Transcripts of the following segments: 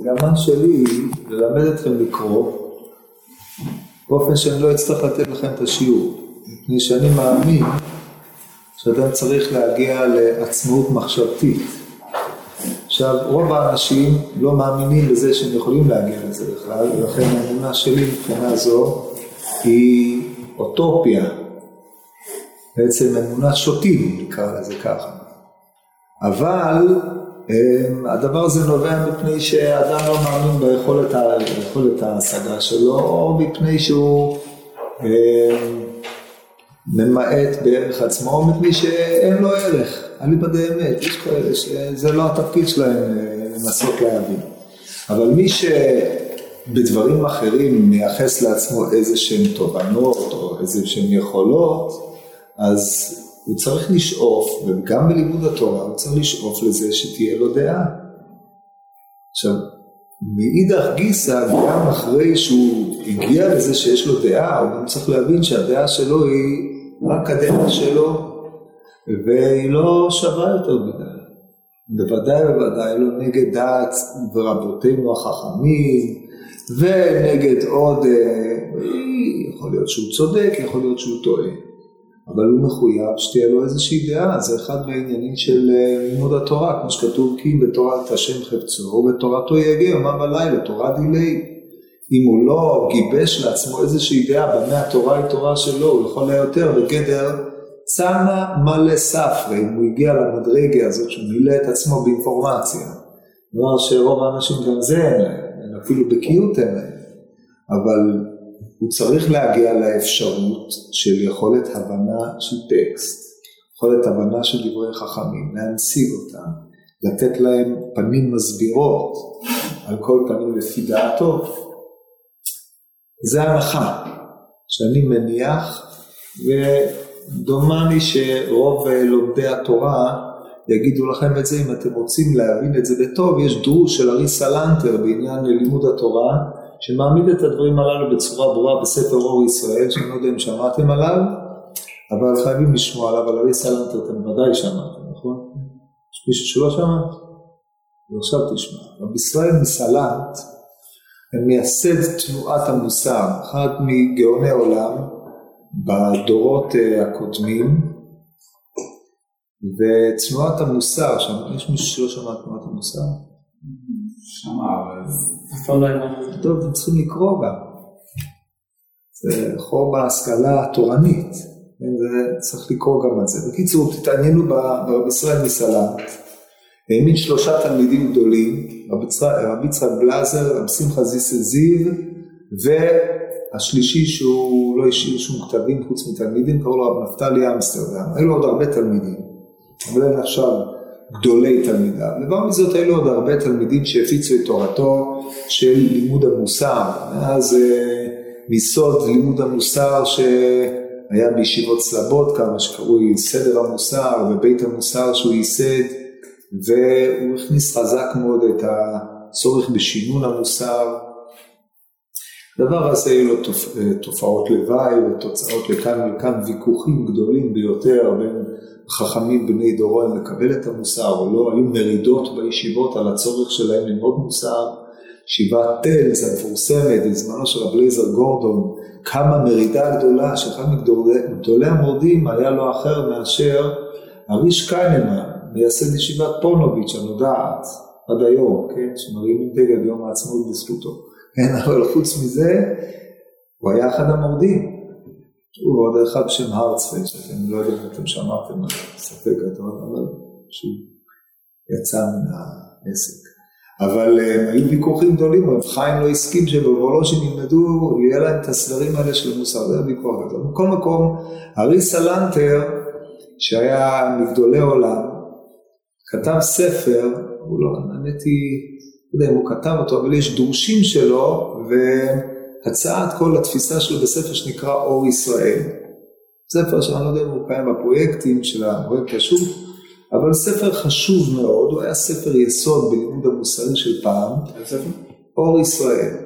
המגמה שלי ללמד אתכם לקרוא, באופן שאני לא אצטרך לתת לכם את השיעור. מפני שאני מאמין שאתם צריך להגיע לעצמאות מחשבתית. עכשיו, רוב האנשים לא מאמינים בזה שהם יכולים להגיע לזה בכלל, ולכן האמונה שלי מבחינה זו היא אוטופיה. בעצם אמונה שוטים, נקרא לזה ככה. אבל הדבר הזה נובע מפני שהאדם לא מאמין ביכולת ההשגה שלו, או מפני שהוא ממעט בערך עצמו, או מפני שאין לו ערך, אליבא דאמת. יש כאלה שזה לא התפקיד שלהם לנסות להבין. אבל מי שבדברים אחרים מייחס לעצמו איזה שהן תובנות או איזה שהן יכולות, אז הוא צריך לשאוף, וגם בלימוד התורה הוא צריך לשאוף לזה שתהיה לו דעה. עכשיו, מאידך גיסא, גם אחרי שהוא הגיע לזה שיש לו דעה, הוא גם צריך להבין שהדעה שלו היא רק הדעה שלו, והיא לא שווה יותר מדי. בוודאי לא נגד דעת ורבותינו החכמים, ונגד עוד, יכול להיות שהוא צודק, יכול להיות שהוא טועה. אבל הוא מחויב שתהיה לו איזושהי דעה. זה אחד מהעניינים של לימוד התורה, כמו שכתוב, כי בתורת השם חפצו, ובתורתו יגיע יומם ולילה, תורה דילי. אם הוא לא גיבש לעצמו איזושהי דעה, במה התורה היא תורה שלו, הוא יכול לה יותר בגדר צנע מלא ספרי. אם הוא הגיע למדרגה הזאת שהוא מילא את עצמו באינפורמציה, נאמר שרוב האנשים גם זה אין אפילו בקיאות אין להם, אבל הוא צריך להגיע לאפשרות של יכולת הבנה של טקסט, יכולת הבנה של דברי חכמים, להמשיג אותם, לתת להם פנים מסבירות, על כל פנים לפי דעתו. זה הנחה שאני מניח, ודומני שרוב לומדי התורה יגידו לכם את זה. אם אתם רוצים להבין את זה בטוב, יש דרוש של ארי סלנטר בעניין לימוד התורה, שמעמיד את הדברים הללו בצורה ברורה בספר אור ישראל, שאני לא יודע אם שמעתם עליו, אבל חייבים לשמוע עליו. על ארי סלנטר אתם ודאי שמעתם, נכון? יש מישהו שלא שמע? ועכשיו תשמע. רבי ישראל מסלנט מייסד תנועת המוסר, אחד מגאוני עולם בדורות הקודמים, ותנועת המוסר, יש מישהו שלא שמע תנועת המוסר? שמע, אבל טוב, אתם צריכים לקרוא גם. זה חור בהשכלה התורנית, צריך לקרוא גם את זה. בקיצור, תתעניינו ברבי ישראל מסלנט. העמיד 3 תלמידים גדולים, רבי יצחק בלזר, רבי שמחה זיסל זיו, והשלישי שהוא לא השאיר שום כתבים חוץ מתלמידים, קראו לו רב נפתלי אמסטרדם. היו לו עוד הרבה תלמידים, אבל אין עכשיו גדולי תלמידיו. דבר מזאת, היו לו עוד הרבה תלמידים שהפיצו את תורתו של לימוד המוסר. אז מסוד לימוד המוסר שהיה בישיבות צלבות, כמה שקראו סדר המוסר ובית המוסר שהוא ייסד, והוא הכניס חזק מאוד את הצורך בשינון המוסר. דבר הזה היו לו תופעות לוואי ותוצאות לכאן ולכאן, ויכוחים גדולים ביותר בין חכמים בני דורו אם לקבל את המוסר או לא. היו מרידות בישיבות על הצורך שלהם ללמוד מוסר. ישיבת טלס המפורסמת בזמנו של רב לייזר גורדון, כמה מרידה גדולה שאחד מגדולי המורדים היה לו אחר מאשר הריש קיינמן, מייסד ישיבת פונוביץ' הנודעת עד היום, כן? שמרימים דגל ביום העצמאות בזכותו. כן, אבל חוץ מזה, הוא היה אחד המורדים. הוא עוד אחד בשם הרצפלד, שאתם לא יודעים אם אתם שמעתם על ספק גדול, אבל שהוא יצא מן העסק. אבל היו ויכוחים גדולים, רב חיים לא הסכים שבוולוז'ין ילמדו, יהיה להם את הסדרים האלה של המוסר, זה ויכוח גדול. בכל מקום, ארי סלנטר, שהיה מגדולי עולם, כתב ספר, הוא לא, האמת היא, לא יודע אם הוא כתב אותו, אבל יש דורשים שלו, והצעת כל התפיסה שלו בספר שנקרא אור ישראל. ספר שאני לא יודע אם הוא קיים בפרויקטים של הפרויקט השוב, אבל ספר חשוב מאוד, הוא היה ספר יסוד בלימוד המוסרי של פעם, אור ישראל.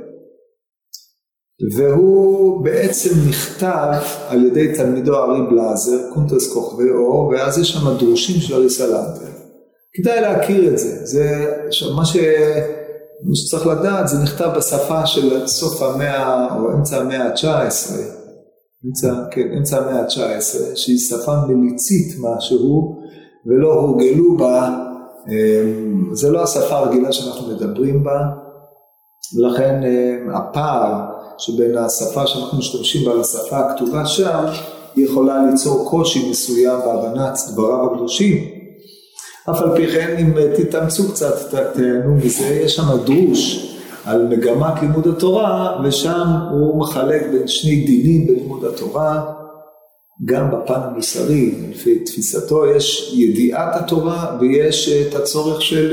והוא בעצם נכתב על ידי תלמידו ארי בלזר, קונטרס כוכבי אור, ואז יש שם דורשים של ארי סלנטר. כדאי להכיר את זה. זה מה מה שצריך לדעת, זה נכתב בשפה של סוף המאה או אמצע המאה ה-19, אמצע המאה ה-19, שהיא שפה מליצית משהו, ולא הורגלו בה, זה לא השפה הרגילה שאנחנו מדברים בה, ולכן הפער שבין השפה שאנחנו משתמשים בה לשפה הכתובה שם, היא יכולה ליצור קושי מסוים בהבנת דבריו הקדושים. אף על פי כן, אם תתאמצו קצת, תתענו מזה, יש שם דרוש על מגמת לימוד התורה, ושם הוא מחלק בין שני דינים בלימוד התורה, גם בפן המוסרי, לפי תפיסתו, יש ידיעת התורה, ויש את הצורך של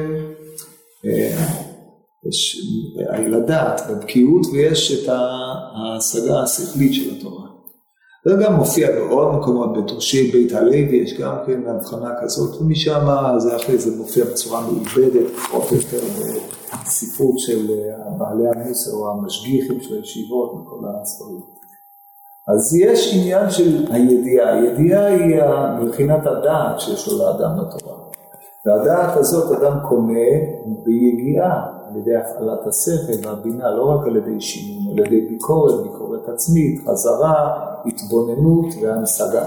לדעת בבקיאות, ויש את ההשגה השכלית של התורה. זה גם מופיע בעוד מקומות, בתורשי בית הלוי, יש גם כן הבחנה כזאת, ומשם זה אחרי זה מופיע בצורה מעובדת, פחות או יותר בספרות של בעלי המוסר או המשגיחים של הישיבות וכל הספרים. אז יש עניין של הידיעה, הידיעה היא מבחינת הדעת שיש לו לאדם בתורה. והדעת הזאת אדם קונה ביגיעה, על ידי הפעלת השכל והבינה, לא רק על ידי שינוי, על ידי ביקורת עצמית, חזרה, התבוננות והמשגה.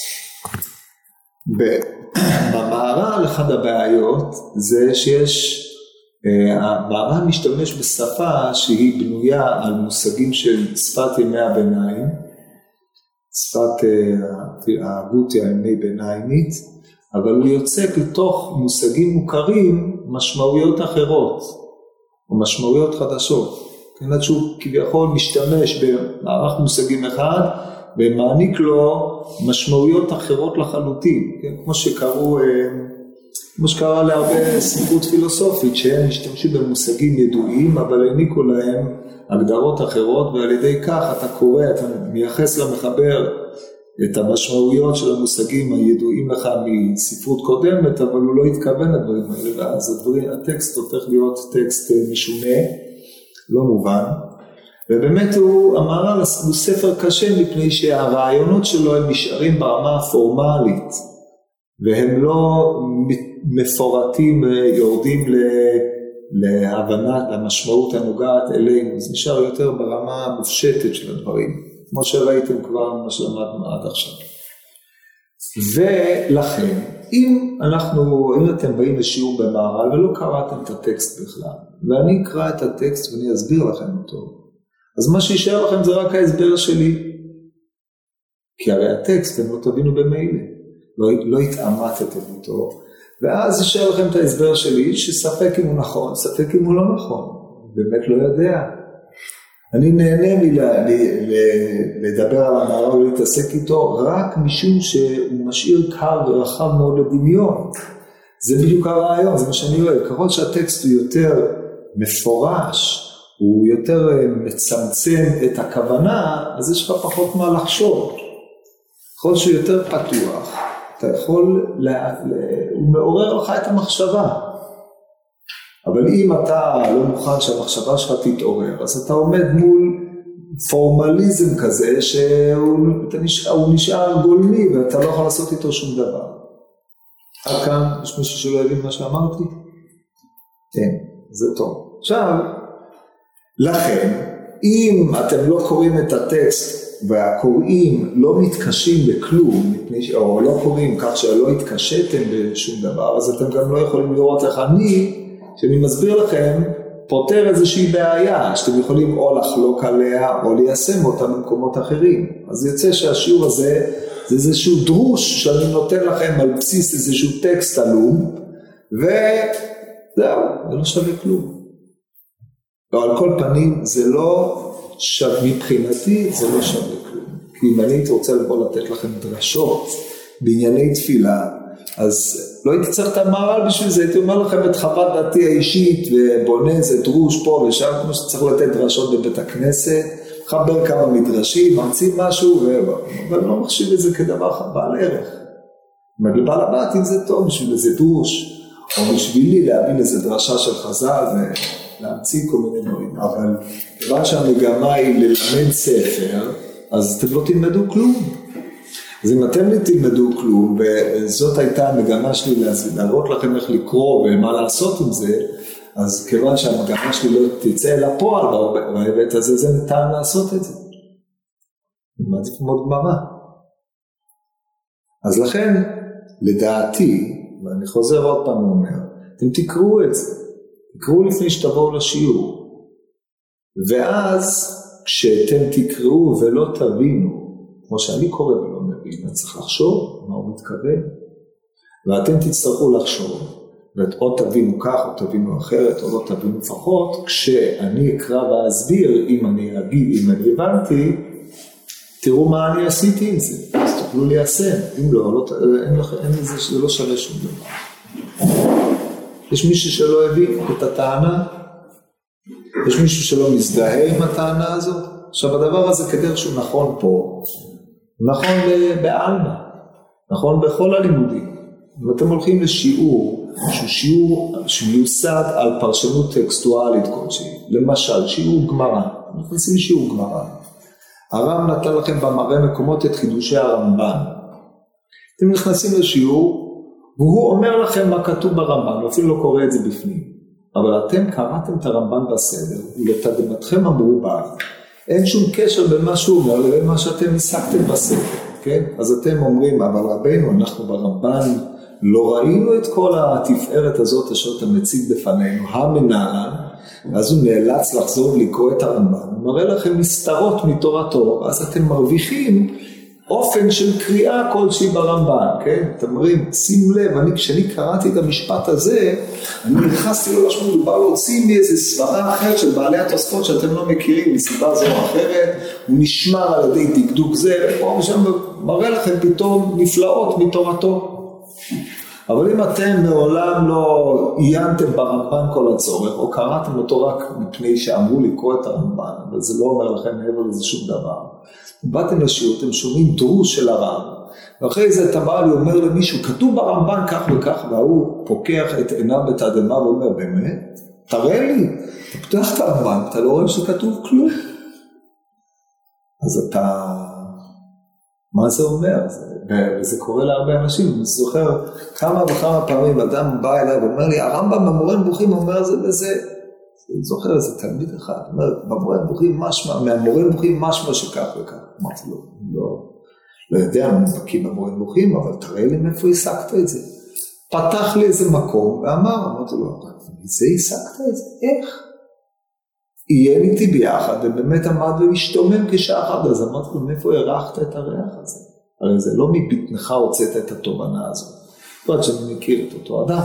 במערל אחד הבעיות זה שיש, המערל משתמש בשפה שהיא בנויה על מושגים של שפת ימי הביניים, שפת ההגות הימי ביניימית, אבל הוא יוצק לתוך מושגים מוכרים משמעויות אחרות, או משמעויות חדשות. כלומר שהוא כביכול משתמש במערך מושגים אחד, ומעניק לו משמעויות אחרות לחלוטין. כן? כמו שקרה להרבה ספרות פילוסופית, שהם משתמשים במושגים ידועים, אבל העניקו להם הגדרות אחרות, ועל ידי כך אתה קורא, אתה מייחס למחבר את המשמעויות של המושגים הידועים לך מספרות קודמת, אבל הוא לא התכוון לדברים האלה, ואז הטקסט הופך להיות טקסט משונה, לא מובן, ובאמת המהר"ל הוא ספר קשה מפני שהרעיונות שלו הם נשארים ברמה הפורמלית, והם לא מפורטים, יורדים להבנת המשמעות הנוגעת אלינו, זה נשאר יותר ברמה המופשטת של הדברים, כמו שראיתם כבר מה שלמדנו עד עכשיו. ולכן, אם אתם באים לשיעור במהר"ל ולא קראתם את הטקסט בכלל, ואני אקרא את הטקסט ואני אסביר לכם אותו, אז מה שישאר לכם זה רק ההסבר שלי, כי הרי הטקסט אתם לא תבינו במילא, לא התאמתתם אותו, ואז ישאר לכם את ההסבר שלי, שספק אם הוא נכון, ספק אם הוא לא נכון, באמת לא יודע. אני נהנה לדבר על המהר"ל ולהתעסק איתו, רק משום שהוא משאיר קר ורחב מאוד לדמיון. זה בדיוק הרעיון, זה מה שאני אוהב. ככל שהטקסט הוא יותר מפורש, הוא יותר מצמצם את הכוונה, אז יש לך פחות מה לחשוב. ככל שהוא יותר פתוח, אתה יכול, הוא מעורר לך את המחשבה. אבל אם אתה לא מוכן שהמחשבה שלך תתעורר, אז אתה עומד מול פורמליזם כזה, שהוא נשאר גולמי, ואתה לא יכול לעשות איתו שום דבר. עד כאן, יש מישהו שלא הבין מה שאמרתי? כן, זה טוב. עכשיו, לכן, אם אתם לא קוראים את הטקסט, והקוראים לא מתקשים בכלום, או לא קוראים כך שלא התקשתם בשום דבר, אז אתם גם לא יכולים לראות איך שאני מסביר לכם, פותר איזושהי בעיה, שאתם יכולים או לחלוק עליה, או ליישם אותה במקומות אחרים. אז יוצא שהשיעור הזה, זה איזשהו דרוש שאני נותן לכם על בסיס איזשהו טקסט עלום, וזהו, זה לא שווה כלום. ועל כל פנים, זה לא שווה, מבחינתי זה לא שווה כלום. כי אם אני הייתי רוצה לבוא לתת לכם דרשות בענייני תפילה, אז לא הייתי צריך את המהר"ל בשביל זה, הייתי אומר לכם את חוות דעתי האישית, ובונה איזה דרוש פה ושם, כמו שצריך לתת דרשות בבית הכנסת, חבר כמה מדרשים, ממציא משהו, אבל לא מחשיב את זה כדבר בעל ערך. לבעל הבית זה טוב בשביל איזה דרוש, או בשבילי להבין איזה דרשה של חז"ל, ולהמציא כל מיני דברים, אבל כיוון שהמגמה היא ללמד ספר, אז אתם לא תלמדו כלום. אז אם אתם לא תלמדו כלום, וזאת הייתה המגמה שלי להראות לכם איך לקרוא ומה לעשות עם זה, אז כיוון שהמגמה שלי לא תצא אל הפועל בהיבט הזה, זה ניתן לעשות את זה. מעדיף מאוד גמרא. אז לכן, לדעתי, ואני חוזר עוד פעם ואומר, אתם תקראו את זה, תקראו לפני שתבואו לשיעור, ואז כשאתם תקראו ולא תבינו, כמו שאני קורא ולא מבין, אני צריך לחשוב מה הוא מתכוון, ואתם תצטרכו לחשוב, או תבינו כך או תבינו אחרת או לא תבינו לפחות, כשאני אקרא ואסביר, אם אני אגיד, אם אני הבנתי, תראו מה אני עשיתי עם זה, אז תוכלו ליישם, אם לא, אין לזה שזה לא שווה שום דבר. יש מישהו שלא הבין את הטענה? יש מישהו שלא מזדהה עם הטענה הזאת? עכשיו הדבר הזה כדרך שהוא נכון פה, נכון בעלמא, נכון בכל הלימודים. ואתם הולכים לשיעור, שהוא שיעור שמיוסד על פרשנות טקסטואלית כלשהי, למשל שיעור גמרא, אנחנו עושים שיעור גמרא. הרב נתן לכם במראה מקומות את חידושי הרמב"ן. אתם נכנסים לשיעור, והוא אומר לכם מה כתוב ברמב"ן, הוא אפילו לא קורא את זה בפנים. אבל אתם קראתם את הרמב"ן בסדר, ולתדהמתכם המרובה, אין שום קשר בין מה שהוא אומר לבין מה שאתם הסקתם בסדר, כן? אז אתם אומרים, אבל רבינו, אנחנו ברמב"ן לא ראינו את כל התפארת הזאת אשר אתה מציג בפנינו, המנהל, אז הוא נאלץ לחזור לקרוא את הרמב"ן, הוא מראה לכם מסתרות מתורתו, אז אתם מרוויחים אופן של קריאה כלשהי ברמב"ן, כן? אתם אומרים, שים לב, כשאני קראתי את המשפט הזה, אני נכנסתי לו לשמוע, מדובר להוציא מאיזה סברה אחרת של בעלי התוספות שאתם לא מכירים, מסיבה זו או אחרת, הוא נשמר על ידי דקדוק זה, ופה ושם מראה לכם פתאום נפלאות מתורתו. אבל אם אתם מעולם לא עיינתם ברמב"ן כל הצורך, או קראתם אותו רק מפני שאמרו לקרוא את הרמב"ן, אבל זה לא אומר לכם מעבר לזה שום דבר, באתם לשיעור, אתם שומעים דרוש של הרב, ואחרי זה אתה בא לי אומר למישהו, כתוב ברמב"ן כך וכך, והוא פוקח את עיניו בתדהמה ואומר, באמת? תראה לי, אתה פותח את הרמב"ן, אתה לא רואה שכתוב כלום. אז אתה, מה זה אומר? וזה קורה להרבה אנשים, אני זוכר כמה וכמה פעמים אדם בא אליי ואומר לי, הרמב"ם במורה נבוכים אומר זה וזה, אני זוכר איזה תלמיד אחד, אומר, במורה נבוכים משמע, מהמורה נבוכים משמע שכך וכך. אמרתי לו, לא יודע, אני מבקיא במורה נבוכים, אבל תראה לי מאיפה הסקת את זה. פתח לי איזה מקום ואמר, אמרתי לו, זה הסקת את זה, איך? עיין איתי ביחד, ובאמת עמד ומשתומם כשעה אחת, אז אמרתי לו, מאיפה הרחת את הריח הזה? הרי זה לא מבטנך הוצאת את התובנה הזאת. עוד שאני מכיר את אותו אדם.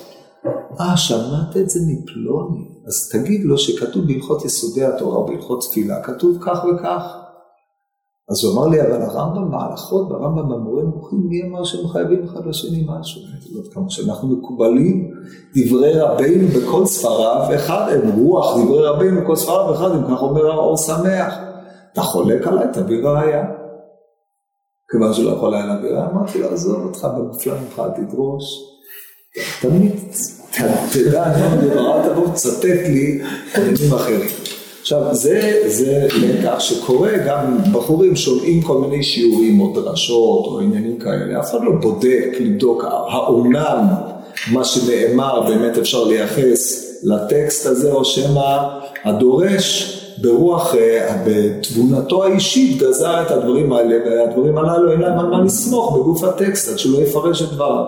שמעת את זה מפלוני, אז תגיד לו שכתוב בהלכות יסודי התורה או בהלכות תפילה, כתוב כך וכך. אז הוא אמר לי, אבל הרמב"ם בהלכות, והרמב"ם במורה נבוכים, מי אמר שהם חייבים אחד לשני משהו? כמה שאנחנו מקובלים, דברי רבינו בכל ספריו, אחד הם רוח, דברי רבינו בכל ספריו, אחד הם כך אומר האור שמח. אתה חולק עליי, תביא ראיה. כיוון שלא יכול היה להביא ראיה, אמרתי לו, עזוב אותך במפלן ממך, תדרוש. תמיד, תדע, אני אומר, תבוא, תצטט לי עניינים אחרים. עכשיו, זה לקח שקורה, גם בחורים שומעים כל מיני שיעורים או דרשות או עניינים כאלה, אף אחד לא בודק, לבדוק, האומנם מה שנאמר באמת אפשר לייחס לטקסט הזה, או שמה הדורש ברוח, בתבונתו האישית גזר את הדברים האלה, והדברים הללו אין להם על מה לסמוך בגוף הטקסט, עד שלא יפרש את דבריו.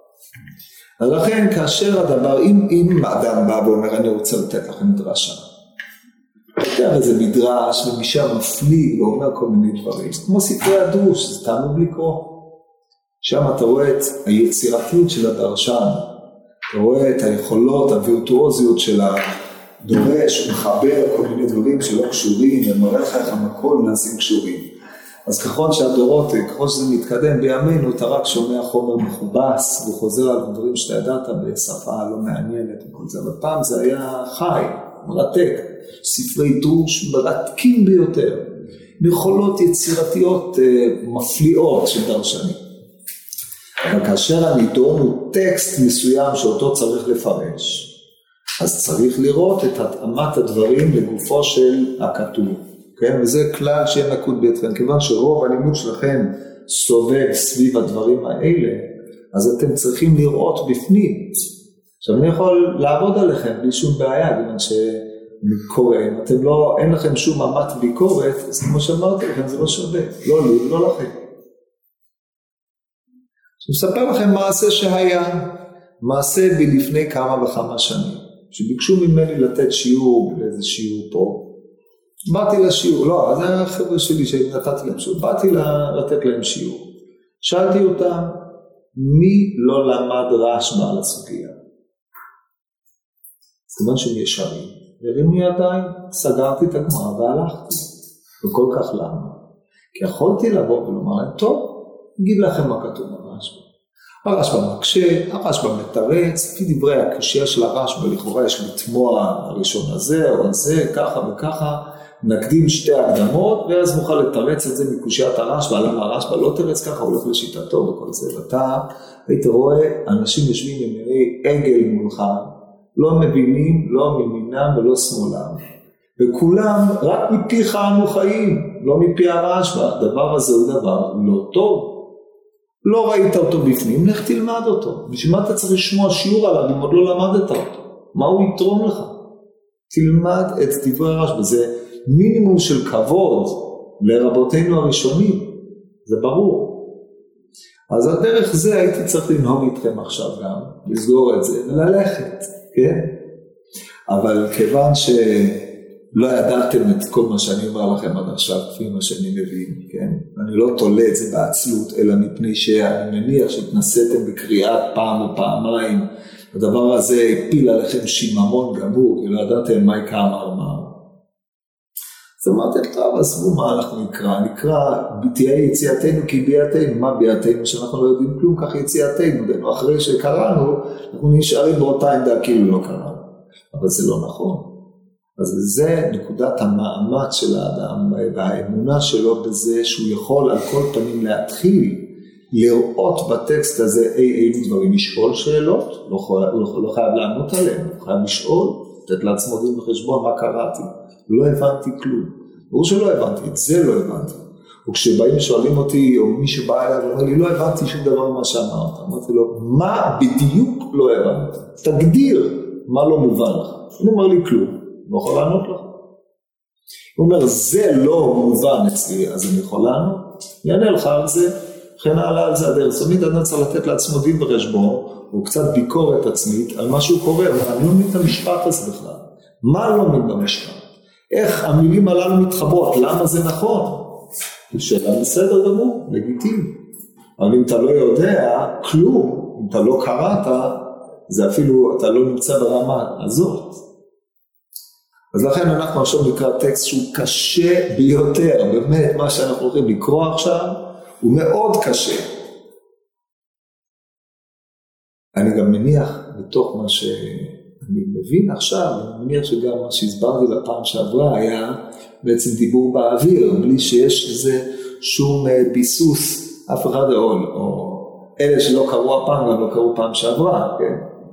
אז לכן, כאשר הדבר, אם האדם בא ואומר, אני רוצה לתת לכם דרשה, יותר איזה מדרש, ומשם מפליג ואומר כל מיני דברים, כמו ספרי הדרוש, זה תענוג לקרוא. שם אתה רואה את היצירתיות של הדרשן, אתה רואה את היכולות, הווירטואוזיות של הדורש, הוא מחבר כל מיני דברים שלא קשורים, ומראה לך איך המקול נעשים קשורים. אז ככל שהדורות, ככל שזה מתקדם בימינו, אתה רק שומע חומר מכובס, והוא חוזר על דברים שאתה ידעת בשפה לא מעניינת וכל זה, אבל פעם זה היה חי, מרתק, ספרי דרוש מרתקים ביותר, יכולות יצירתיות מפליאות של דרשנים. אבל כאשר הנידון הוא טקסט מסוים שאותו צריך לפרש, אז צריך לראות את התאמת הדברים לגופו של הכתוב. כן? וזה כלל שיהיה נקוד ביתכם, כיוון שרוב הלימוד שלכם סובב סביב הדברים האלה, אז אתם צריכים לראות בפנים עכשיו אני יכול לעבוד עליכם בלי שום בעיה, כיוון שמקוראים, אתם לא, אין לכם שום מאמץ ביקורת, אז כמו שאמרתי לכם, זה לא שווה, לא לי ולא לכם. שמספר לכם מעשה שהיה, מעשה בלפני כמה וכמה שנים, שביקשו ממני לתת שיעור, לאיזה שיעור פה, באתי לשיעור, לא, זה היה החבר'ה שלי שנתתי להם שיעור, באתי לתת להם שיעור, שאלתי אותם, מי לא למד רשב"א על הסוגיה? אז כמובן שהם ישרים, הרימו ידיים, סגרתי את הגמרא והלכתי, וכל כך למה? כי יכולתי לבוא ולומר להם, טוב, אגיד לכם מה כתוב ברשב"א. הרשב"א מקשה, הרשב"א מתרץ, לפי דברי הקשייה של הרשב"א, לכאורה יש לתמוע הראשון הזה או הזה, ככה וככה, נקדים שתי הקדמות, ואז נוכל לתרץ את זה מקושיית הרשב"א, למה הרשב"א לא תרץ ככה, הולך לשיטתו וכל זה, ואתה היית רואה, אנשים יושבים עם נראי עגל מולך, לא מבינים, לא מימינם ולא שמאלם, וכולם רק מפיך אנו חיים, לא מפי הרשב"א, הדבר הזה הוא דבר לא טוב, לא ראית אותו בפנים, לך תלמד אותו, בשביל מה אתה צריך לשמוע שיעור עליו אם עוד לא למדת אותו, מה הוא יתרום לך? תלמד את דברי הרשב"א, זה מינימום של כבוד לרבותינו הראשונים, זה ברור. אז הדרך זה הייתי צריך לנהוג איתכם עכשיו גם, לסגור את זה וללכת, כן? אבל כיוון שלא ידעתם את כל מה שאני אומר לכם עד עכשיו, כפי מה שאני מבין, כן? אני לא תולה את זה בעצלות, אלא מפני שאני מניח שהתנסיתם בקריאת פעם או פעמיים, הדבר הזה הפיל עליכם שיממון גמור, כי לא ידעתם מה יקרה אמר. אז אמרתי, טוב, עזבו מה אנחנו נקרא, תהיה יציאתנו כי ביאתנו, מה ביאתנו? שאנחנו לא יודעים כלום, כך יציאתנו, אחרי שקראנו, אנחנו נשארים באותה עמדה כאילו לא קראנו, אבל זה לא נכון. אז זה נקודת המאמץ של האדם, והאמונה שלו בזה שהוא יכול על כל פנים להתחיל, לראות בטקסט הזה אילו דברים, לשאול שאלות, הוא לא חייב לענות עליהם, הוא חייב לשאול, לתת לעצמו דין בחשבון מה קראתי. לא הבנתי כלום. ברור שלא הבנתי, את זה לא הבנתי. וכשבאים ושואלים אותי, או מי שבא אליי ואומר לי, לא הבנתי שום דבר ממה שאמרת. אמרתי לו, מה בדיוק לא הבנת? תגדיר מה לא מובן לך. הוא אומר לי כלום, לא יכול לענות לך. הוא אומר, זה לא מובן אצלי, אז אני יכול לענות. יענה לך על זה, וכן הלאה על זה הדרך. זאת אומרת, אני צריך לתת לעצמו דין בחשבון, או קצת ביקורת עצמית, על מה שהוא קורא, אבל אני לא מבין את המשפט הזה בכלל. מה לא מבין במשפט? איך המילים הללו מתחברות? למה זה נכון? שאלה בסדר גמור, לגיטימי. אבל אם אתה לא יודע כלום, אם אתה לא קראת, זה אפילו, אתה לא נמצא ברמה הזאת. אז לכן אנחנו עכשיו נקרא טקסט שהוא קשה ביותר, באמת מה שאנחנו הולכים לקרוא עכשיו, הוא מאוד קשה. אני גם מניח בתוך מה אני מבין עכשיו, אני מניח שגם מה שהסברתי בפעם שעברה היה בעצם דיבור באוויר, בלי שיש לזה שום ביסוס, אף אחד או אלה שלא קראו הפעם, גם לא קראו פעם שעברה, כן?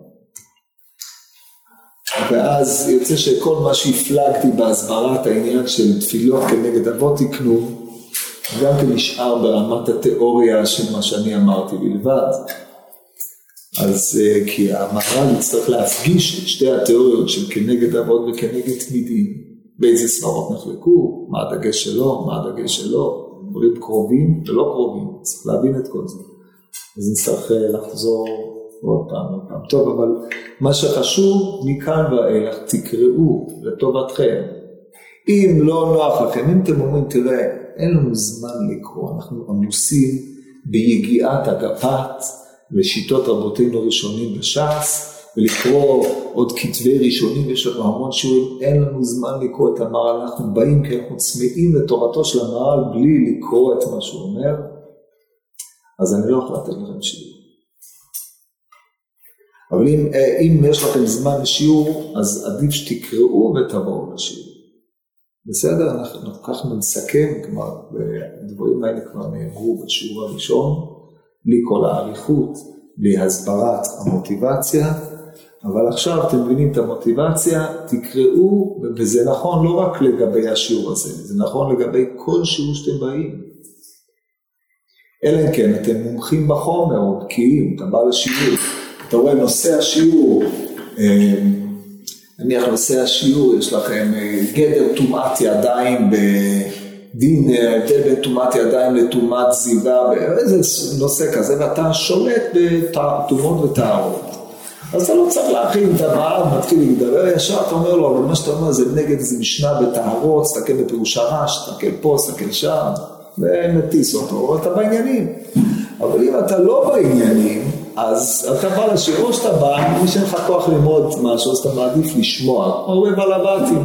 ואז יוצא שכל מה שהפלגתי בהסברת העניין של תפילות כנגד אבות תקנו, גם כן נשאר ברמת התיאוריה של מה שאני אמרתי בלבד. אז כי המהר"ל יצטרך להפגיש את שתי התיאוריות של כנגד אבות וכנגד תמידים, באיזה סברות נחלקו, מה הדגש שלו, מה הדגש שלו, דברים קרובים ולא קרובים, צריך להבין את כל זה. אז נצטרך לחזור עוד פעם. טוב, אבל מה שחשוב מכאן ואילך, תקראו לטובתכם. אם לא נוח לכם, אם אתם אומרים, תראה, אין לנו זמן לקרוא, אנחנו עמוסים ביגיעת הגפת, ושיטות רבותינו ראשונים בש"ס, ולקרוא עוד כתבי ראשונים, יש לנו המון שיעורים, אין לנו זמן לקרוא את המהר"ל, אנחנו באים כי אנחנו צמאים לתורתו של המהר"ל, בלי לקרוא את מה שהוא אומר, אז אני לא יכול לתת לכם שיעור. אבל אם יש לכם זמן לשיעור, אז עדיף שתקראו ותבואו לשיעור. בסדר, אנחנו כך נסכם, כלומר, הדברים האלה כבר נאמרו בשיעור הראשון, בלי כל העריכות, בלי הסברת המוטיבציה, אבל עכשיו אתם מבינים את המוטיבציה, תקראו, וזה נכון לא רק לגבי השיעור הזה, זה נכון לגבי כל שיעור שאתם באים. אלא כן, אתם מומחים בחומר או בקיאים, אתה בא לשיעור, אתה רואה נושא השיעור, נניח נושא השיעור, יש לכם גדר טומאת ידיים בדין, ההבדל בין טומאת ידיים לטומאת זיווה, איזה נושא כזה, ואתה שולט בטומאות וטהרות. אז אתה לא צריך להכין את הבעל, מתחיל להגדבר, ישר אתה אומר לו, אבל מה שאתה אומר זה נגד איזה משנה בטהרות, תסתכל בפירוש הרש, תסתכל פה, תסתכל שם, ומטיס אותו, ואתה בעניינים. אבל אם אתה לא בעניינים, אז אתה בא לשיעור שאתה בא, מי שאין לך כוח ללמוד משהו, אז אתה מעדיף לשמוע, הרבה בלבטים.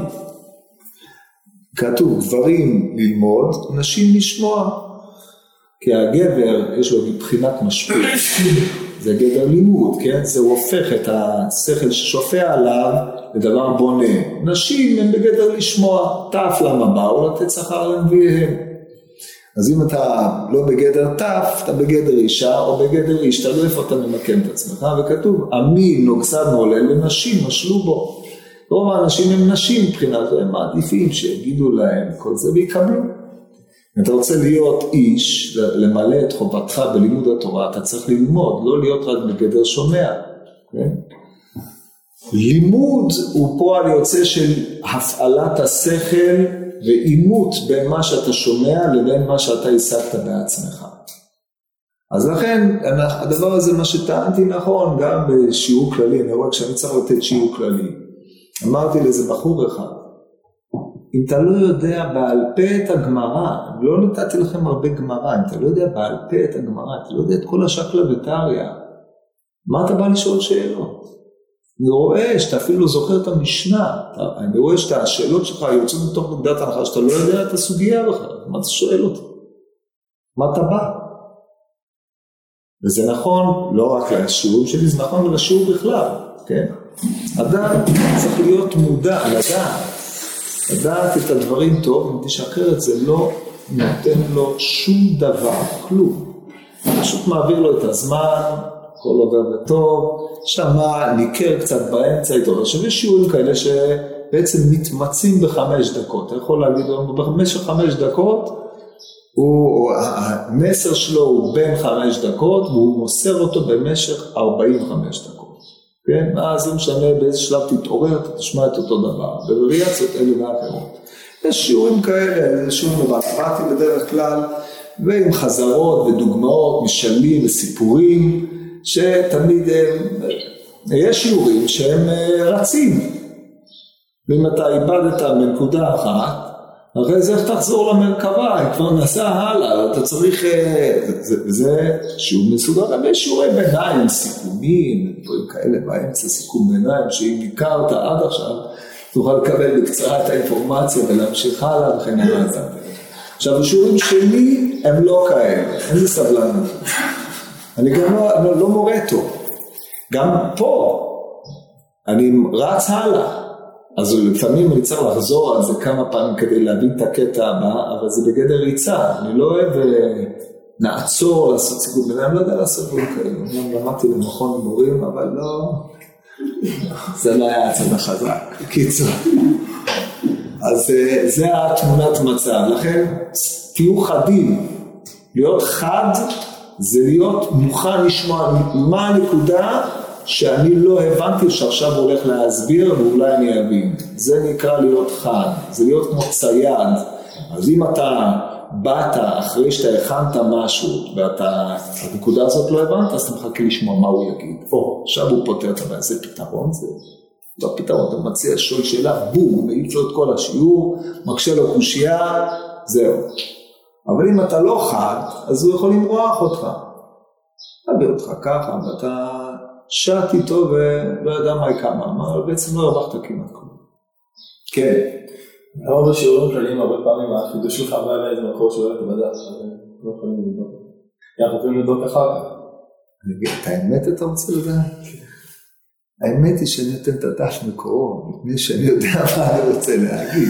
כתוב, גברים ללמוד, נשים לשמוע. כי הגבר יש לו מבחינת משפיע, זה גבר לימוד, כן? זה הופך את השכל ששופע עליו לדבר בונה. נשים הם בגדר לשמוע, תף למה באו, לתת שכר לנביאיהם. אז אם אתה לא בגדר תף, אתה בגדר אישה, או בגדר איש, אתה לא איפה אתה ממקם את עצמך, וכתוב, עמי נוגסד מעולל לנשים, משלו בו. רוב האנשים הם נשים מבחינת, הם מעדיפים שיגידו להם כל זה ויקבלו. אם אתה רוצה להיות איש, למלא את חובתך בלימוד התורה, אתה צריך ללמוד, לא להיות רק בגדר שומע. כן? לימוד הוא פועל יוצא של הפעלת השכל ואימות בין מה שאתה שומע לבין מה שאתה השגת בעצמך. אז לכן הדבר הזה מה שטענתי נכון גם בשיעור כללי, אני רואה כשאני צריך לתת שיעור כללי. אמרתי לאיזה בחור אחד, אם אתה לא יודע בעל פה את הגמרא, לא נתתי לכם הרבה גמרא, אם אתה לא יודע בעל פה את הגמרא, אתה לא יודע את כל השקלא וטריא, מה אתה בא לשאול שאלות? אני רואה שאתה אפילו לא זוכר את המשנה, אני רואה שהשאלות שלך יוצאות מתוך נקודת הנחה, שאתה לא יודע את הסוגיה בכלל, מה אתה שואל אותי? מה אתה בא? וזה נכון, לא רק לשיעורים שלי, זה נכון לשיעור בכלל, כן? אדם צריך להיות מודע, לדעת את הדברים טוב, שאחרת זה לא נותן לו שום דבר, כלום. פשוט מעביר לו את הזמן, כל עובר וטוב, שמה ניכר קצת באמצע איתו. עכשיו יש שיעורים כאלה שבעצם מתמצים ב5 דקות. אתה יכול להגיד, במשך 5 דקות, המסר שלו הוא בין 5 דקות, והוא מוסר אותו במשך 45 דקות. כן? אז זה משנה באיזה שלב תתעורר, אתה תשמע את אותו דבר. בווריאציות אלה ואחרות. יש שיעורים כאלה, זה שיעורים מבטתי בדרך כלל, ועם חזרות ודוגמאות, משלים וסיפורים, שתמיד יש שיעורים שהם רצים. ואם אתה איבדת בנקודה אחת, אחרי זה איך תחזור למרכבה, אם כבר נסע הלאה, אתה צריך, זה שיעור מסודר, אבל יש שיעורי ביניים, סיכומים, דברים כאלה באמצע, סיכום ביניים, שאם הכרת עד עכשיו, תוכל לקבל בקצרה את האינפורמציה ולהמשיך הלאה וכן הלאה. עכשיו, השיעורים שלי הם לא כאלה, אין לי סבלנות. אני גם לא מורה טוב. גם פה, אני רץ הלאה. אז לפעמים אני צריך לחזור על זה כמה פעמים כדי להבין את הקטע הבא, אבל זה בגדר ריצה. אני לא אוהב נעצור לעשות סיכום ביניים, אני לא יודע לעשות דברים כאלה. אני למדתי למכון מורים, אבל לא... זה לא היה הצד החזק. קיצור. אז זה התמונת מצב. לכן תהיו חדים. להיות חד זה להיות מוכן לשמוע מה הנקודה שאני לא הבנתי שעכשיו הולך להסביר ואולי אני אבין. זה נקרא להיות חד. זה להיות כמו צייד. אז אם אתה באת אחרי שאתה הכנת משהו ואתה, הנקודה הזאת לא הבנת, אז אתה מחכה לשמוע מה הוא יגיד. עכשיו הוא פותר את הבעיה. זה פתרון? זה לא פתרון. אתה מציע שואל שאלה, בום, מעיף לו את כל השיעור, מקשה לו קושייה, זהו. אבל אם אתה לא חד, אז הוא יכול למרוח אותך. להביא אותך ככה, ואתה שעת איתו ולא ידע מה היא כמה, אבל בעצם לא הרווחת כמעט כלום. כן. אבל בשיעורים כלליים הרבה פעמים החידוש שלך בא אליי איזה מקור שואל את הבדעת, לא יכולים לבדוק. אנחנו יכולים לבדוק אחר כך. את האמת אתה רוצה לדעת? האמת היא שאני נותן את הדף מקורו, מפני שאני יודע מה אני רוצה להגיד.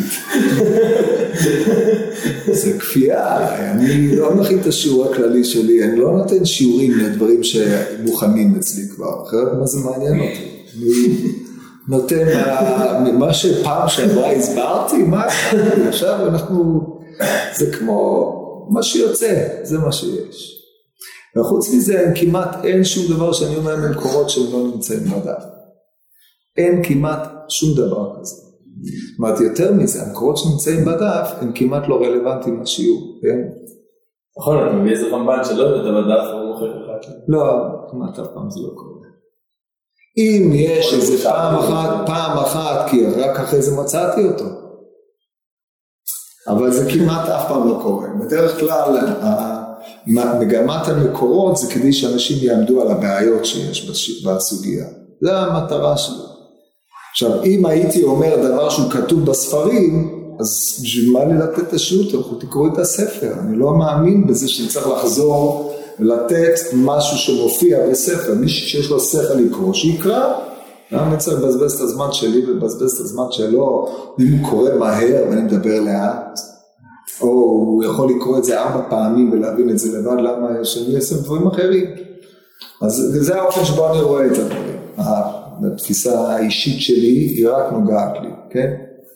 זה כפייה, אני לא מכין את השיעור הכללי שלי, אני לא נותן שיעורים לדברים שמוכנים אצלי כבר, אחרת מה זה מעניין אותי? אני נותן מה שפעם שעברה הסברתי, מה עכשיו אנחנו, זה כמו מה שיוצא, זה מה שיש. וחוץ מזה כמעט אין שום דבר שאני אומר ממקורות שהם לא נמצאים בדף. אין כמעט שום דבר כזה. זאת אומרת, יותר מזה, המקורות שנמצאים בדף הם כמעט לא רלוונטיים לשיעור, כן? נכון, אתה מביא איזה רמב"ן שלא יודע בדף, הוא מוכר לך. לא, כמעט אף פעם זה לא קורה. אם יש איזה פעם אחת, כי רק אחרי זה מצאתי אותו. אבל זה כמעט אף פעם לא קורה. בדרך כלל, מגמת המקורות זה כדי שאנשים יעמדו על הבעיות שיש בסוגיה. זה המטרה שלו. עכשיו, אם הייתי אומר דבר שהוא כתוב בספרים, אז בשביל מה לי לתת את השיעור? אנחנו תקראו את הספר. אני לא מאמין בזה שצריך לחזור ולתת משהו שמופיע בספר. מי שיש לו שכל לקרוא, שיקרא. למה צריך לבזבז את הזמן שלי ולבזבז את הזמן שלו? אם הוא קורא מהר ואני מדבר לאט, או הוא יכול לקרוא את זה 4 פעמים ולהבין את זה לבד, למה שאני אעשה דברים אחרים? אז זה האופן שבו אני רואה את הדברים. התפיסה האישית שלי היא רק נוגעת לי, כן?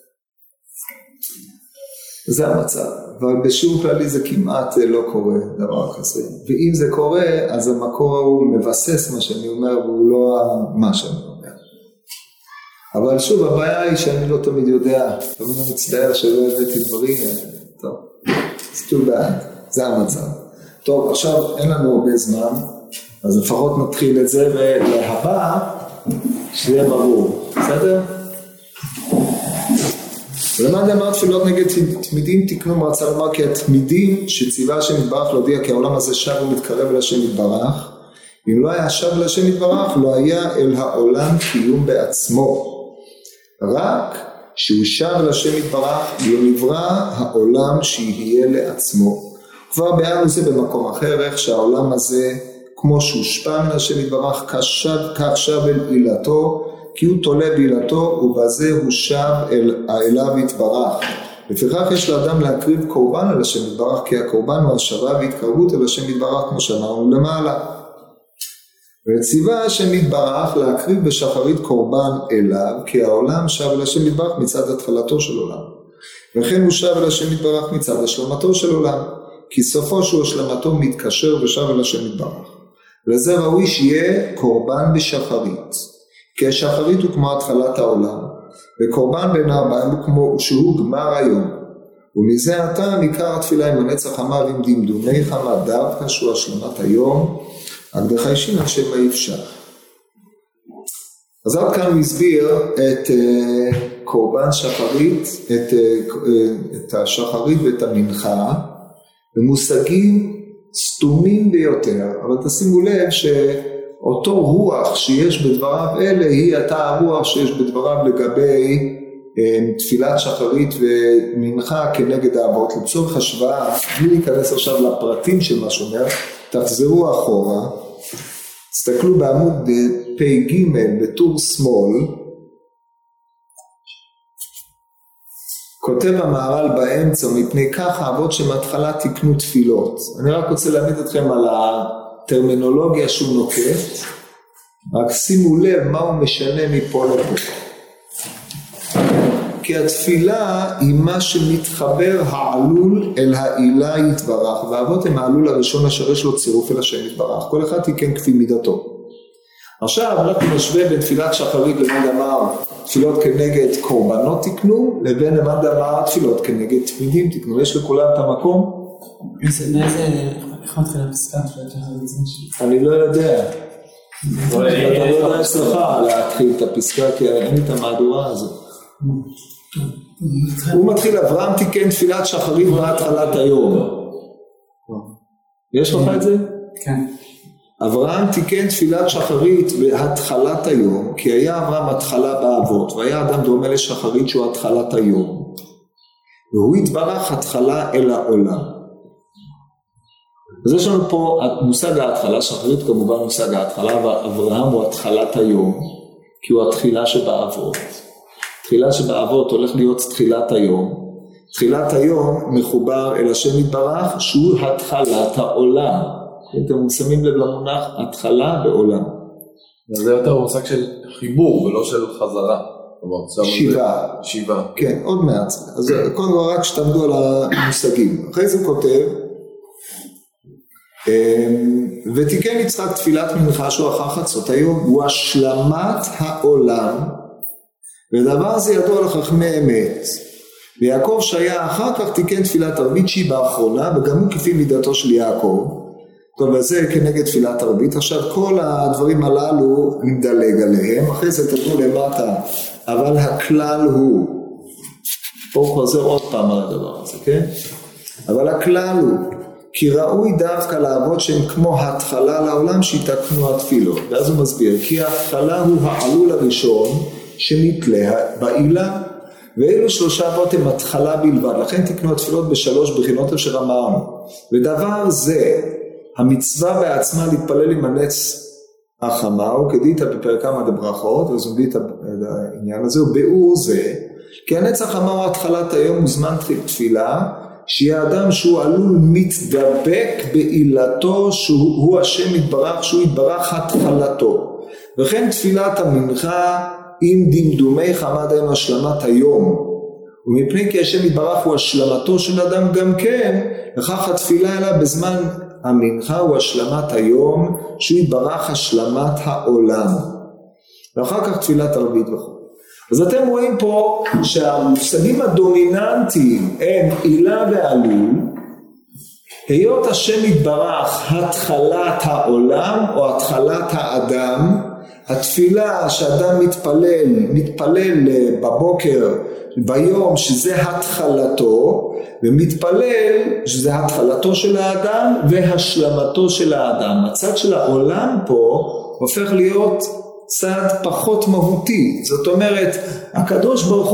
זה המצב, אבל בשיעור כללי זה כמעט לא קורה דבר כזה, ואם זה קורה אז המקור הוא מבסס מה שאני אומר והוא לא מה שאני אומר. אבל שוב, הבעיה היא שאני לא תמיד יודע, תמיד אני מצטער שלא הבאתי דברים, טוב, אז תהיו בעד, זה המצב. טוב, עכשיו אין לנו הרבה זמן, אז לפחות נתחיל את זה, ולהבא שיהיה ברור, בסדר? ולמד אמר תפילות נגד תמידים תקנו מרצה לומר כי התמידים שציווה השם יתברך להודיע כי העולם הזה שב ומתקרב אל השם יתברך, אם לא היה שב אל השם יתברך לא היה אל העולם קיום בעצמו, רק שהוא שב אל השם יתברך לא נברא העולם שיהיה לעצמו. כבר ביארנו זה במקום אחר, איך שהעולם הזה כמו שהושפע מן השם יתברך כך שב אל עילתו, כי הוא תולה בעילתו ובזה הוא שב אליו יתברך. לפיכך יש לאדם להקריב קורבן על השם יתברך, כי הקורבן הוא השבה והתקרבות אל השם יתברך כמו שאמרנו למעלה. וציווה השם יתברך להקריב בשחרית קורבן אליו, כי העולם שב אל השם יתברך מצד התחלתו של עולם. וכן הוא שב אל השם יתברך מצד השלמתו של עולם, כי סופו שהוא השלמתו מתקשר ושב אל השם יתברך. לזה ראוי שיהיה קורבן בשחרית. כי השחרית הוא כמו התחלת העולם, וקורבן בין הארבעים הוא כמו שהוא גמר היום. ומזה הטעם עיקר התפילה עם הנצח חמה ועם דמדומי חמה דווקא שהוא השלמת היום, הקדחה אישית על שם האפשר. אז עד כאן הוא הסביר את קורבן שחרית, את השחרית ואת המנחה, במושגים סתומים ביותר, אבל תשימו לב אותו רוח שיש בדבריו אלה היא אותה הרוח שיש בדבריו לגבי תפילת שחרית ומנחה כנגד האבות. לצורך השוואה, בלי להיכנס עכשיו לפרטים של מה שאומר, תחזרו אחורה, תסתכלו בעמוד פ"ג בטור שמאל, כותב המהר"ל באמצע, מפני כך האבות שמהתחלה תקנו תפילות. אני רק רוצה להעמיד אתכם על הטרמינולוגיה שהוא נוקט, רק שימו לב מה הוא משנה מפה לפה. כי התפילה היא מה שמתחבר העלול אל העילה יתברך, והאבות הם העלול הראשון אשר יש לו צירוף אל השם יתברך, כל אחד תיקן כפי מידתו. עכשיו אנחנו נשווה בין תפילת שחרית למד אמר תפילות כנגד קורבנות תקנו, לבין למד אמר תפילות כנגד תמידים תקנו. יש לכולם את המקום? איך מתחילה פסקה תפילת שחרית? אני לא יודע. אתה לא יודע אצלך להתחיל את הפסקה, כי אין לי את המהדורה הזאת. הוא מתחיל, אברהם תיקן תפילת שחרית בהתחלת היום. יש לך את זה? כן. אברהם תיקן תפילת שחרית בהתחלת היום, כי היה אברהם התחלה באבות, והיה אדם דומה לשחרית שהוא התחלת היום, והוא התברך התחלה אל העולם. אז יש לנו פה מושג ההתחלה, שחרית כמובן מושג ההתחלה, ואברהם הוא התחלת היום, כי הוא התחילה שבאבות. תחילה שבאבות הולך להיות תחילת היום. תחילת היום מחובר אל השם יתברך, שהוא התחלת העולם. אתם שמים לב למונח התחלה בעולם. זה יותר מושג של חיבור ולא של חזרה. שיבה. כן, עוד מעט. אז קודם כל רק שתעמדו על המושגים. אחרי זה הוא כותב, ותיקן יצחק תפילת מנחה שהוא אחר חצות היום, הוא השלמת העולם, ודבר זה ידוע לחכמי אמת. ויעקב שהיה אחר כך תיקן תפילת ערבית שהיא באחרונה, וגם הוא כפי מידתו של יעקב. טוב, אז זה כנגד תפילת ערבית. עכשיו כל הדברים הללו נדלג עליהם, אחרי זה תראו למטה, אבל הכלל הוא, פה הוא חוזר עוד פעם על הדבר הזה, כן? אבל הכלל הוא, כי ראוי דווקא לעבוד שהם כמו התחלה לעולם שיתקנו התפילות. ואז הוא מסביר, כי ההתחלה הוא העלול הראשון שנתלה בעילה, ואלו שלושה אבות הם התחלה בלבד, לכן תקנו התפילות בשלוש בחינות אשר אמרנו. ודבר זה, המצווה בעצמה להתפלל עם הנץ החמה, הוא כדית בפרק כמה דברכות, אז הוא מביא את העניין הזה, וביאור זה, כי הנץ החמה הוא התחלת היום וזמן תפילה, שיהיה אדם שהוא עלול מתדבק בעילתו, שהוא השם יתברך, שהוא יתברך התחלתו. וכן תפילת המנחה, עם דמדומי חמד הם השלמת היום, ומפני כי השם יתברך הוא השלמתו של אדם גם כן, לכך התפילה אלא בזמן המנחה הוא השלמת היום, שהוא יתברך השלמת העולם, ואחר כך תפילת ערבית וכו'. אז אתם רואים פה שהמושגים הדומיננטיים הם עילה ועלול, היות השם יתברך התחלת העולם או התחלת האדם, התפילה שאדם מתפלל בבוקר ביום שזה התחלתו, ומתפלל שזה התחלתו של האדם והשלמתו של האדם. הצד של העולם פה הופך להיות צד פחות מהותי, זאת אומרת הקדוש ברוך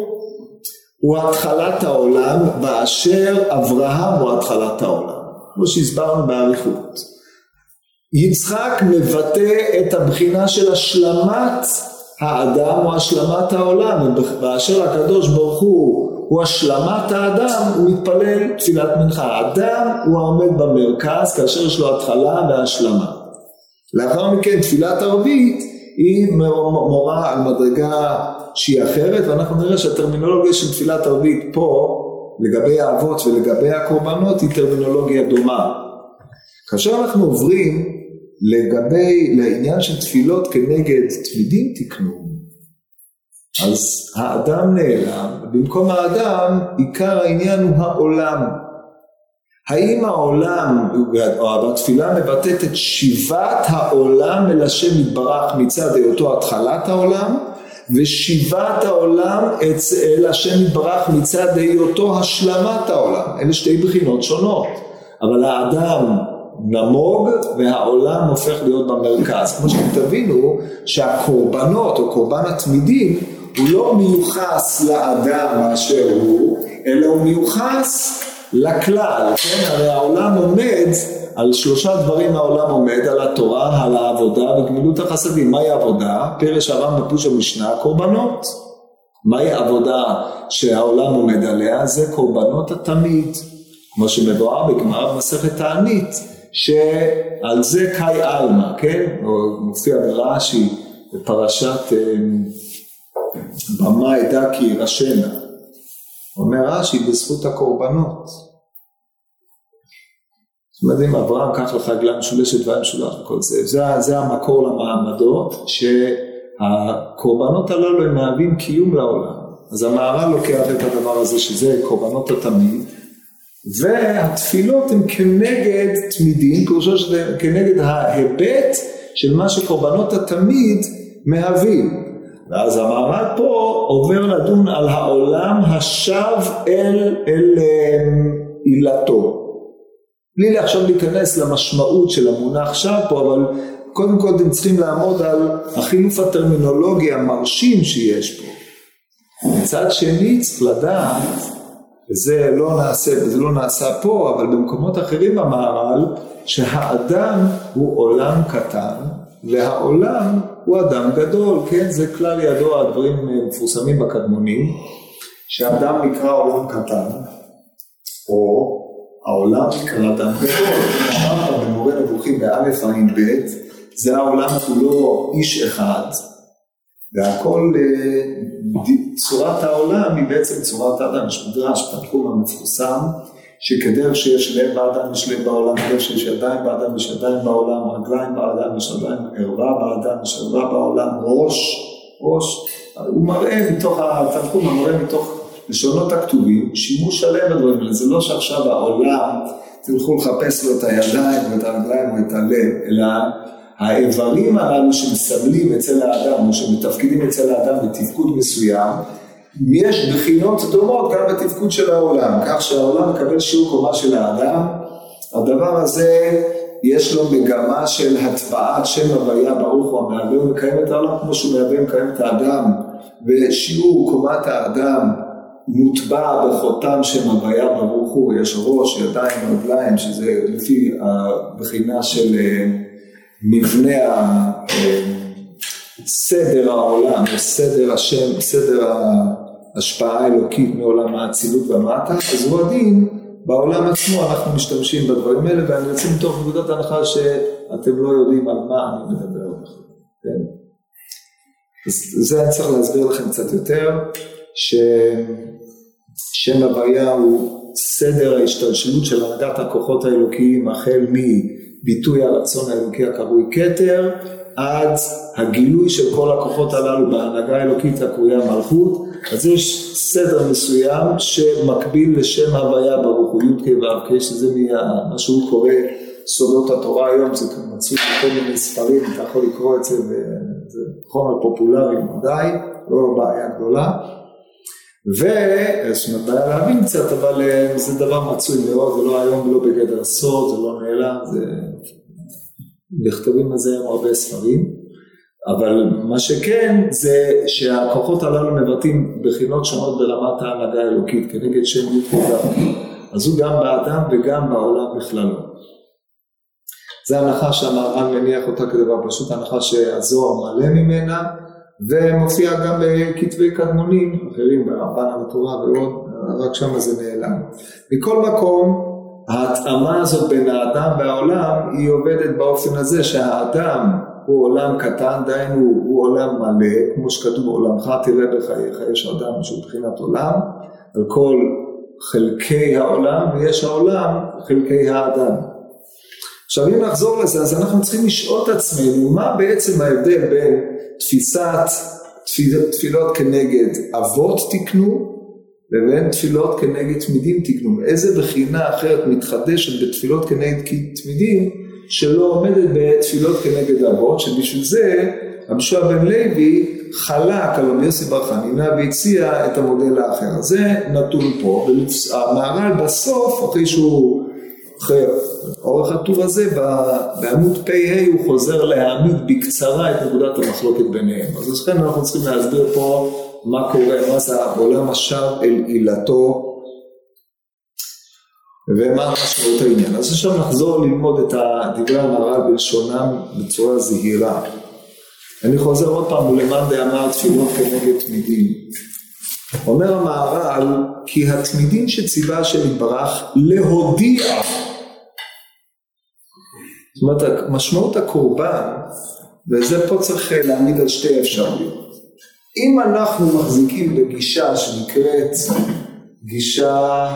הוא התחלת העולם, באשר אברהם הוא התחלת העולם, כמו שהסברנו באריכות. יצחק מבטא את הבחינה של השלמת האדם או השלמת העולם, באשר הקדוש ברוך הוא השלמת האדם, הוא מתפלל תפילת מנחה. האדם הוא העומד במרכז כאשר יש לו התחלה והשלמה. לאחר מכן תפילת ערבית היא מורה על מדרגה שהיא אחרת, ואנחנו נראה שהטרמינולוגיה של תפילת ערבית פה לגבי האבות ולגבי הקורבנות היא טרמינולוגיה דומה. כאשר אנחנו עוברים לעניין של תפילות כנגד תמידים תקנו, אז האדם נעלם, במקום האדם עיקר העניין הוא העולם. האם העולם או התפילה מבטאת את שיבת העולם אל השם יתברך מצד היותו התחלת העולם, ושיבת העולם אל השם יתברך מצד היותו השלמת העולם. אלה שתי בחינות שונות, אבל האדם נמוג והעולם הופך להיות במרכז. כמו שתבינו שהקורבנות או קורבן התמידים הוא לא מיוחס לאדם אשר הוא, אלא הוא מיוחס לכלל, כן? הרי העולם עומד על שלושה דברים. העולם עומד על התורה, על העבודה וגמילות החסדים. מהי עבודה? פרש הר"ם בפירוש המשנה, קורבנות. מהי עבודה שהעולם עומד עליה? זה קורבנות התמיד, כמו שמבואר בגמרא במסכת תענית, שעל זה קאי אלמה, כן? או מופיע ברש"י בפרשת במה עדה כי ירשנה. אומר רש"י בזכות הקורבנות. זאת אומרת, אם אברהם קח לך עגלה משולשת ומשולש וכל זה, זה המקור למעמדות, שהקורבנות הללו הם מהווים קיום לעולם. אז המהר"ל לוקח את הדבר הזה שזה קורבנות התמיד, והתפילות הן כנגד תמידים, פירושו שזה כנגד ההיבט של מה שקורבנות התמיד מהווים. ואז המהר"ל פה עובר לדון על העולם השב אל עילתו. בלי עכשיו להיכנס למשמעות של המונח שב פה, אבל קודם כל אתם צריכים לעמוד על החילוף הטרמינולוגי המרשים שיש פה. מצד שני צריך לדעת, וזה לא נעשה פה, אבל במקומות אחרים במהר"ל, שהאדם הוא עולם קטן, והעולם הוא אדם גדול, כן? זה כלל ידוע, הדברים מפורסמים בקדמונים, שהאדם נקרא עולם קטן, או העולם נקרא אדם גדול. אמרנו במורה נבוכים באלף עין ב', זה העולם כולו איש אחד, והכל, צורת העולם היא בעצם צורת האדם. יש מדרש בתחום המפורסם, שכדרך שיש לב באדם יש לב בעולם, כדרך שיש ידיים באדם יש ידיים בעולם, רגליים באדם יש רגליים, ערווה באדם יש ערווה בעולם, ראש, הוא מראה מתוך התנחום, הוא מראה מתוך לשונות הכתובים, שימוש שלם בדברים האלה, זה לא שעכשיו העולם, תלכו לחפש לו את הידיים ואת הרגליים או את הלב, אלא האיברים הללו שמסמלים אצל האדם, או שמתפקידים אצל האדם בתפקוד מסוים, יש בחינות דומות גם בתפקוד של העולם, כך שהעולם מקבל שיעור קומה של האדם, הדבר הזה יש לו מגמה של הטבעת שם הוויה ברוך הוא המהווה ומקיים את העולם כמו שהוא מהווה ומקיים את האדם, ושיעור קומת האדם מוטבע בחותם שם הוויה ברוך הוא, יש ראש, ידיים, רגליים, שזה לפי הבחינה של מבנה סדר העולם, סדר השם, סדר ההשפעה האלוקית מעולם האצילות ומטה, אז הוא הדין, בעולם עצמו אנחנו משתמשים בדברים האלה, ואני רוצה מתוך נקודת הנחה שאתם לא יודעים על מה אני מדבר בכלל, כן? אז זה אני צריך להסביר לכם קצת יותר, ששם הוויה הוא סדר ההשתלשלות של הנהגת הכוחות האלוקיים, החל מביטוי הרצון האלוקי הקרוי כתר, עד הגילוי של כל הכוחות הללו בהנהגה האלוקית הקרויה מלכות. אז יש סדר מסוים שמקביל לשם הוויה ברוך הוא י' כ' ו' כ', שזה מה שהוא קורא סודות התורה היום, זה מצוי בכל מיני ספרים, אתה יכול לקרוא את זה, וזה חומר פופולרי מדי, לא בעיה גדולה, ושנת בעיה להבין קצת, אבל זה דבר מצוי מאוד, זה לא היום ולא בגדר סוד, זה לא נעלם, זה נכתבים על זה היום הרבה ספרים, אבל מה שכן זה שהכוחות הללו מבטאים בחינות שונות ברמת ההנהגה האלוקית, כנגד שם י' כ' ו' אז הוא גם באדם וגם בעולם בכללו. זה הנחה שהמהר"ל מניח אותה כדבר פשוט, הנחה שהזוהר מלא ממנה, ומופיע גם בכתבי קדמונים אחרים, ברמב"ן על התורה ועוד, רק שם זה נעלם. מכל מקום, ההתאמה הזאת בין האדם והעולם, היא עובדת באופן הזה שהאדם הוא עולם קטן, דהיינו הוא עולם מלא, כמו שכתוב עולמך תראה בחייך, יש אדם שהוא בחינת עולם, על כל חלקי העולם, ויש העולם חלקי האדם. עכשיו אם נחזור לזה, אז אנחנו צריכים לשאול את עצמנו, מה בעצם ההבדל בין תפילות כנגד אבות תקנו, לבין תפילות כנגד תמידים תקנו. איזה בחינה אחרת מתחדשת בתפילות כנגד תמידים, שלא עומדת בתפילות כנגד אבות, שבשביל זה רבי בן לוי חלק על רבי יוסי בר חנינא והציע את המודל האחר. זה נתון פה, והמהר"ל בסוף, אחרי שהוא אחרי אורך הטור הזה, בעמוד פ"ה הוא חוזר להעמיד בקצרה את נקודת המחלוקת ביניהם. אז לכן אנחנו צריכים להסביר פה מה קורה, מה זה עולם השב אל עילתו, ומה משמעות העניין. אז עכשיו נחזור ללמוד את דברי המהר"ל בלשונם בצורה זהירה. אני חוזר עוד פעם, ולמאן דאמר תפילות כנגד תמידים. אומר המהר"ל, כי התמידים שציווה השם יתברך להודיע, זאת אומרת, משמעות הקורבן, וזה פה צריך להעמיד על שתי אפשרויות. אם אנחנו מחזיקים בגישה שנקראת גישה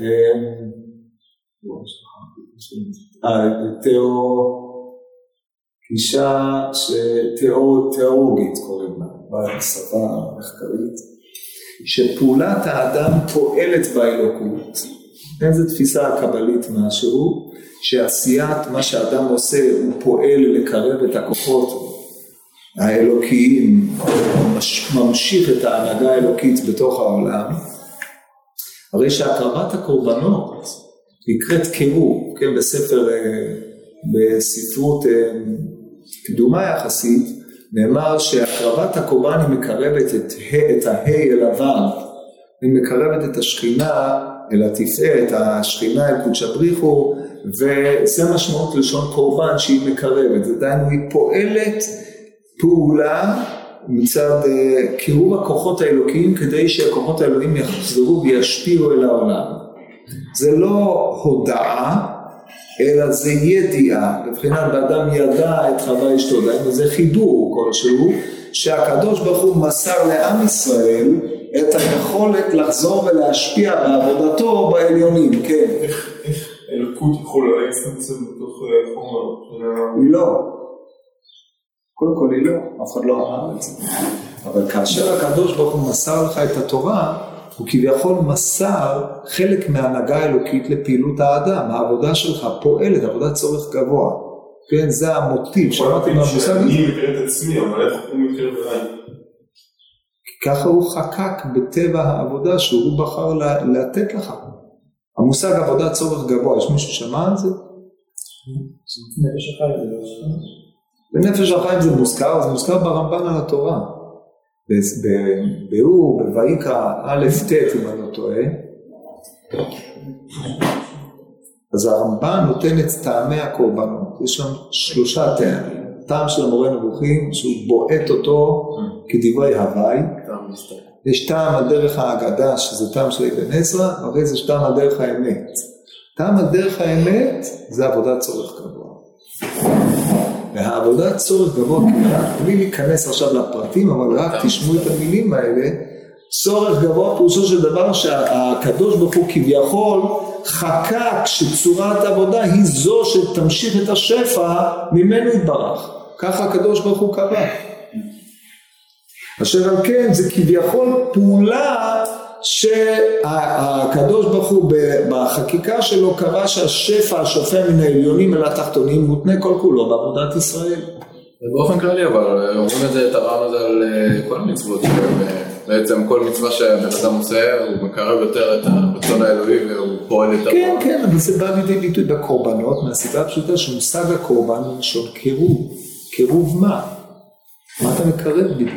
גישה תיאולוגית קוראים לה, בשפה המחקרית, שפעולת האדם פועלת באלוקות. איזו תפיסה הקבלית משהו, שעשיית מה שהאדם עושה הוא פועל לקרב את הכוחות האלוקיים, ממשיך את ההנהגה האלוקית בתוך העולם. הרי שהקרבת הקורבנות נקראת קירוב, כן, בספרות קדומה יחסית, נאמר שהקרבת הקורבן היא מקרבת את ההי אל הוו, היא מקרבת את השכינה אל התפארת, השכינה אל קודשא בריחו, וזה משמעות לשון קורבן שהיא מקרבת, דהיינו היא פועלת פעולה מצד קירוב הכוחות האלוקיים, כדי שהכוחות האלוהים יחזרו וישפיעו אל העולם. זה לא הודעה, אלא זה ידיעה, בבחינת באדם ידע את חווה אשתו, דהיינו זה חיבור כלשהו, שהקדוש ברוך הוא מסר לעם ישראל את היכולת לחזור ולהשפיע בעבודתו בעליונים, כן. איך אלוקות יכולה להצטמצם בתוך חומר? היא לא. קודם כל היא לא, אף אחד לא אמר את זה. אבל כאשר הקדוש ברוך הוא מסר לך את התורה, הוא כביכול מסר חלק מההנהגה האלוקית לפעילות האדם. העבודה שלך פועלת, עבודת צורך גבוה. כן, זה המוטיב. שמעתי מהמושג הזה. אני מכיר את עצמי, אבל איך הוא מכיר אליי? ככה הוא חקק בטבע העבודה שהוא בחר לתת לך. המושג עבודת צורך גבוה, יש מישהו שמע על זה? נפש החיים. בנפש החיים זה מוזכר, זה מוזכר ברמב"ן על התורה. באור, בויקרא א' ט' אם אני לא טועה. אז הרמב"ן נותן את טעמי הקורבנות. יש שם 3 טעמים. טעם של המורה נבוכים שהוא בועט אותו כדברי הוואי. יש טעם על דרך ההגדה שזה טעם של אבן עזרא, הרי זה טעם על דרך האמת. טעם על דרך האמת זה עבודת צורך גבוה. והעבודת צורך גבוה, בלי להיכנס עכשיו לפרטים, אבל רק תשמעו את המילים האלה, צורך גבוה פירושו של דבר שהקדוש ברוך הוא כביכול חקק שצורת עבודה היא זו שתמשיך את השפע ממנו יתברך. ככה הקדוש ברוך הוא קבע. אשר על כן זה כביכול פעולה שהקדוש ברוך הוא בחקיקה שלו קבע שהשפע השופע מן העליונים אל התחתונים מותנה כל כולו בעבודת ישראל. ובאופן כללי אבל אומרים את הרעיון הזה על כל המצוות בעצם כל מצווה שהבן אדם עושה הוא מקרב יותר את הרצון האלוהי והוא פועל יותר. כן, כן, אבל זה בא לידי ביטוי בקורבנות מהסיבה הפשוטה שמושג הקורבן הוא לשון קירוב. קירוב מה? מה אתה מקרב בדיוק?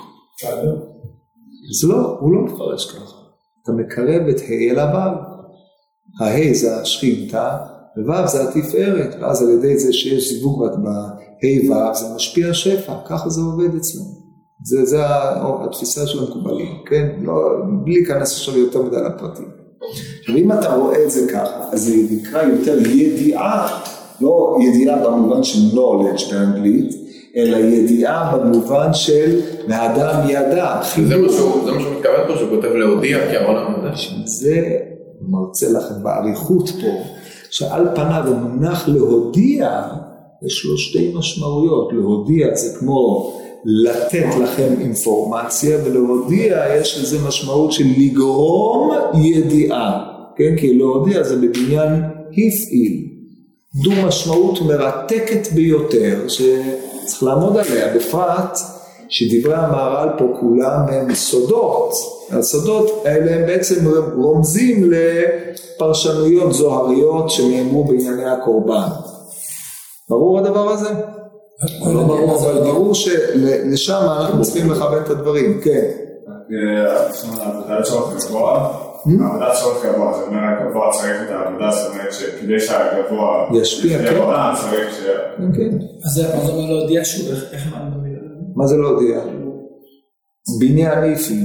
אז לא, הוא לא מפרש ככה. אתה מקרב את ה' אל הו'. ה' זה השכינתה, וו' זה התפארת, ואז על ידי זה שיש זיווג בה' ו' זה משפיע שפע, ככה זה עובד אצלנו. זה התפיסה של המקובלים, כן? לא, בלי להיכנס עכשיו יותר מדי לפרטים. ואם אתה רואה את זה ככה, אז זה נקרא יותר ידיעה, לא ידיעה במובן של knowledge באנגלית, אלא ידיעה במובן של האדם ידע. זה מה שהוא מתכוון פה, שהוא כותב להודיע כי העולם יודע. זה מרצה לכם בעריכות פה, שעל פניו המונח להודיע, יש לו 2 משמעויות. להודיע זה כמו לתת לכם אינפורמציה, ולהודיע יש לזה משמעות של לגרום ידיעה. כן? כי להודיע זה בבניין הפעיל. דו משמעות מרתקת ביותר, שצריך לעמוד עליה, בפרט שדברי המהר"ל פה כולם הם סודות. הסודות האלה הם בעצם רומזים לפרשנויות זוהריות שנאמרו בענייני הקורבן. ברור הדבר הזה? לא ברור, אבל ברור שלשם אנחנו צריכים לכוון את הדברים, כן. העבודה צורך גבוה, העבודה צורך גבוה, זה אומר הגבוה צריך את העבודה, זאת אומרת שכדי שהגבוה ישפיע, כן. צריך ש... אז זה אומר להודיע שוב, איך מה במילה? מה זה להודיע? בניין איפי.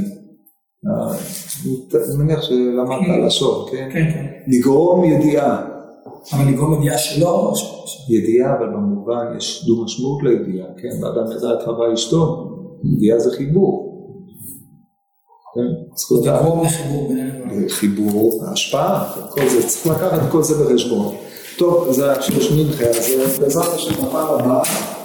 אני מניח שלמדת על השור, כן? כן, כן. לגרום ידיעה. אבל לגרום ידיעה שלא? ידיעה, אבל במובן יש דו משמעות לידיעה, כן? באדם ידע את חווה אשתו, ידיעה זה חיבור. זה לגרום לחיבור. חיבור, ההשפעה, כל זה, צריך לקחת את כל זה בחשבון. טוב, זה השלוש מנחה, אז בעזרת השם בפעם הבאה.